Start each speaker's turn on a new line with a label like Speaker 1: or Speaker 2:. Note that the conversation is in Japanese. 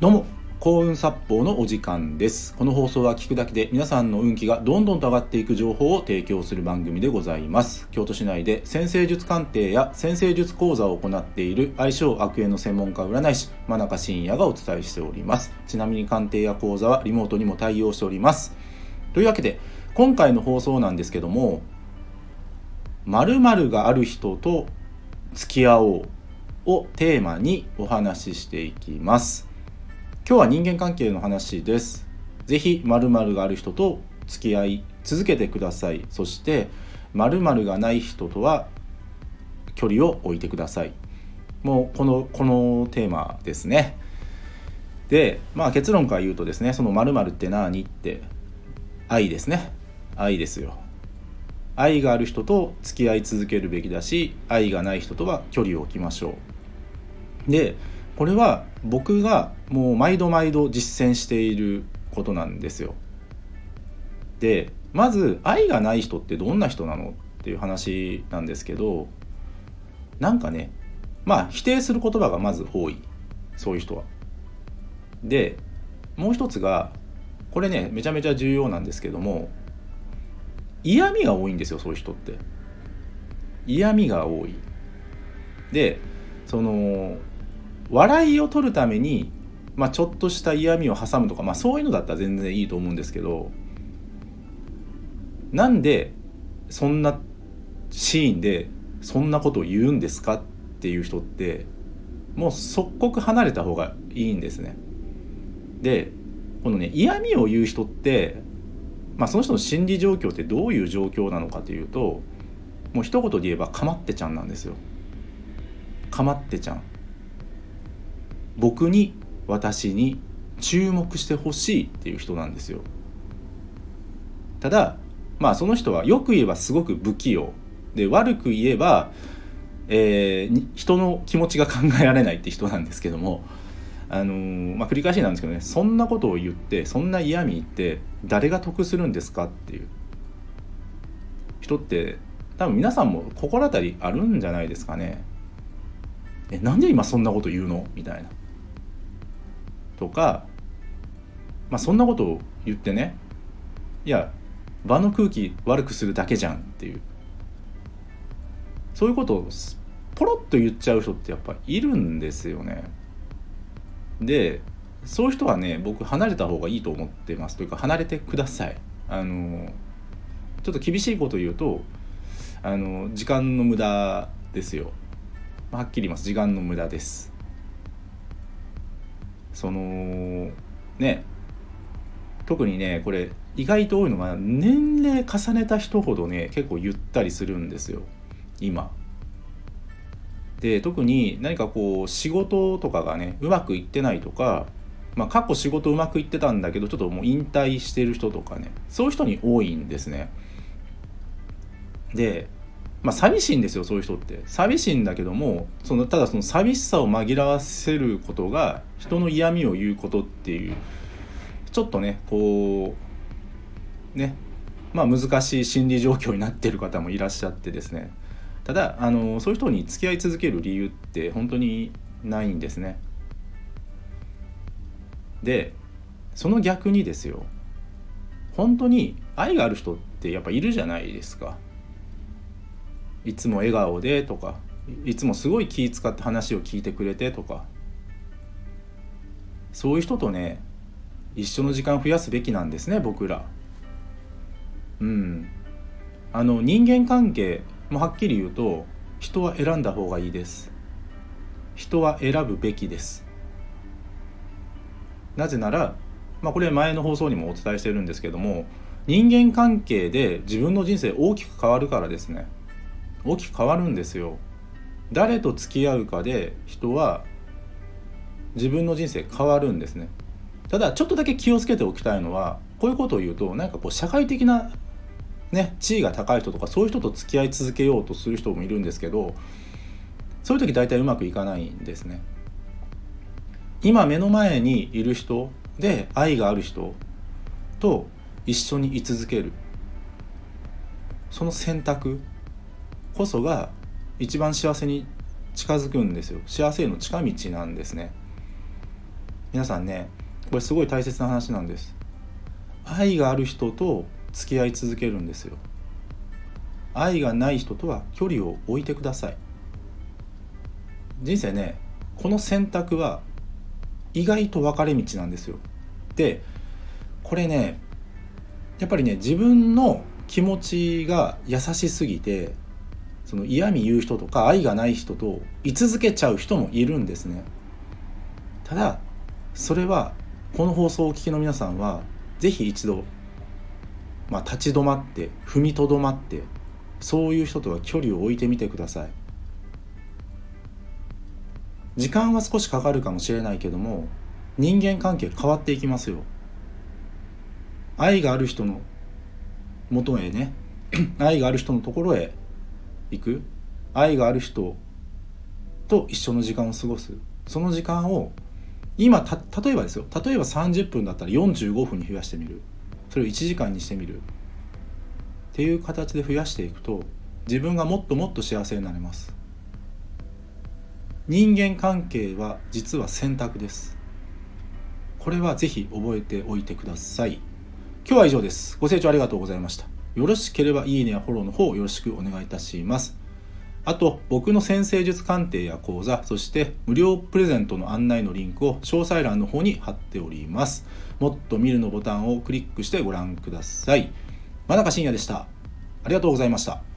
Speaker 1: どうも、幸運殺法のお時間です。この放送は聞くだけで皆さんの運気がどんどんと上がっていく情報を提供する番組でございます。京都市内で占星術鑑定や占星術講座を行っている相性悪縁の専門家占い師真中信也がお伝えしております。ちなみに鑑定や講座はリモートにも対応しております。というわけで今回の放送なんですけども、〇〇がある人と付き合おうをテーマにお話ししていきます。今日は人間関係の話です。ぜひ〇〇がある人と付き合い続けてください。そして〇〇がない人とは距離を置いてください。もうこのテーマですね。で、結論から言うとですね、その〇〇って何って愛ですね。愛ですよ。愛がある人と付き合い続けるべきだし、愛がない人とは距離を置きましょう。で、これは僕がもう毎度実践していることなんですよ。で、まず愛がない人ってどんな人なのっていう話なんですけど、なんかね、否定する言葉がまず多い、そういう人は。で、もう一つが、これねめちゃめちゃ重要なんですけども、嫌味が多いんですよ、そういう人って。嫌味が多い。で、笑いを取るために、ちょっとした嫌味を挟むとか、そういうのだったら全然いいと思うんですけど、なんでそんなシーンでそんなことを言うんですかっていう人って、もう即刻離れた方がいいんですね。で、このね、嫌味を言う人って、その人の心理状況ってどういう状況なのかというと、もう一言で言えばかまってちゃんなんですよ。かまってちゃん。僕に、私に注目してほしいっていう人なんですよ。ただその人はよく言えばすごく不器用で、悪く言えば、人の気持ちが考えられないって人なんですけども、繰り返しなんですけどね、そんなことを言って、そんな嫌味言って誰が得するんですかっていう人って多分皆さんも心当たりあるんじゃないですかね。なんで今そんなこと言うのみたいなとか、そんなことを言ってね、いや場の空気悪くするだけじゃんっていう、そういうことをポロッと言っちゃう人ってやっぱいるんですよね。で、そういう人はね、僕離れた方がいいと思ってます。というか離れてください。ちょっと厳しいこと言うと、時間の無駄ですよ。はっきり言います。時間の無駄です。特にね、これ意外と多いのが、年齢重ねた人ほどね結構言ったりするんですよ、今で。特に何か仕事とかがねうまくいってないとか、過去仕事うまくいってたんだけどちょっともう引退してる人とかね、そういう人に多いんですね。で、寂しいんですよ、そういう人って。寂しいんだけども、ただその寂しさを紛らわせることが人の嫌味を言うことっていう、ちょっとね難しい心理状況になっている方もいらっしゃってですね。ただそういう人に付き合い続ける理由って本当にないんですね。で、その逆にですよ、本当に愛がある人ってやっぱいるじゃないですか。いつも笑顔でとか、いつもすごい気遣って話を聞いてくれてとか、そういう人とね一緒の時間増やすべきなんですね、僕ら。人間関係もはっきり言うと、人は選んだ方がいいです。人は選ぶべきです。なぜなら、これ前の放送にもお伝えしてるんですけども、人間関係で自分の人生大きく変わるからですね。大きく変わるんですよ。誰と付き合うかで人は自分の人生変わるんですね。ただちょっとだけ気をつけておきたいのは、こういうことを言うと社会的な地位が高い人とか、そういう人と付き合い続けようとする人もいるんですけど、そういう時大体うまくいかないんですね。今目の前にいる人で愛がある人と一緒に居続ける、その選択こそが一番幸せに近づくんですよ。幸せへの近道なんですね。 皆さんね、これすごい大切な話なんです。愛がある人と付き合い続けるんですよ。愛がない人とは距離を置いてください。人生ね、この選択は意外と分かれ道なんですよ。で、これね、やっぱりね、自分の気持ちが優しすぎて、その嫌味言う人とか愛がない人と居続けちゃう人もいるんですね。ただそれは、この放送をお聞きの皆さんはぜひ一度、立ち止まって踏みとどまって、そういう人とは距離を置いてみてください。時間は少しかかるかもしれないけども、人間関係変わっていきますよ。愛がある人の元へね愛がある人のところへ行く、愛がある人と一緒の時間を過ごす、その時間を今例えばですよ、例えば30分だったら45分に増やしてみる、それを1時間にしてみるっていう形で増やしていくと、自分がもっともっと幸せになれます。人間関係は実は選択です。これはぜひ覚えておいてください。今日は以上です。ご清聴ありがとうございました。よろしければいいねやフォローの方よろしくお願いいたします。あと、僕の占星術鑑定や講座、そして無料プレゼントの案内のリンクを詳細欄の方に貼っております。もっと見るのボタンをクリックしてご覧ください。真中信也でした。ありがとうございました。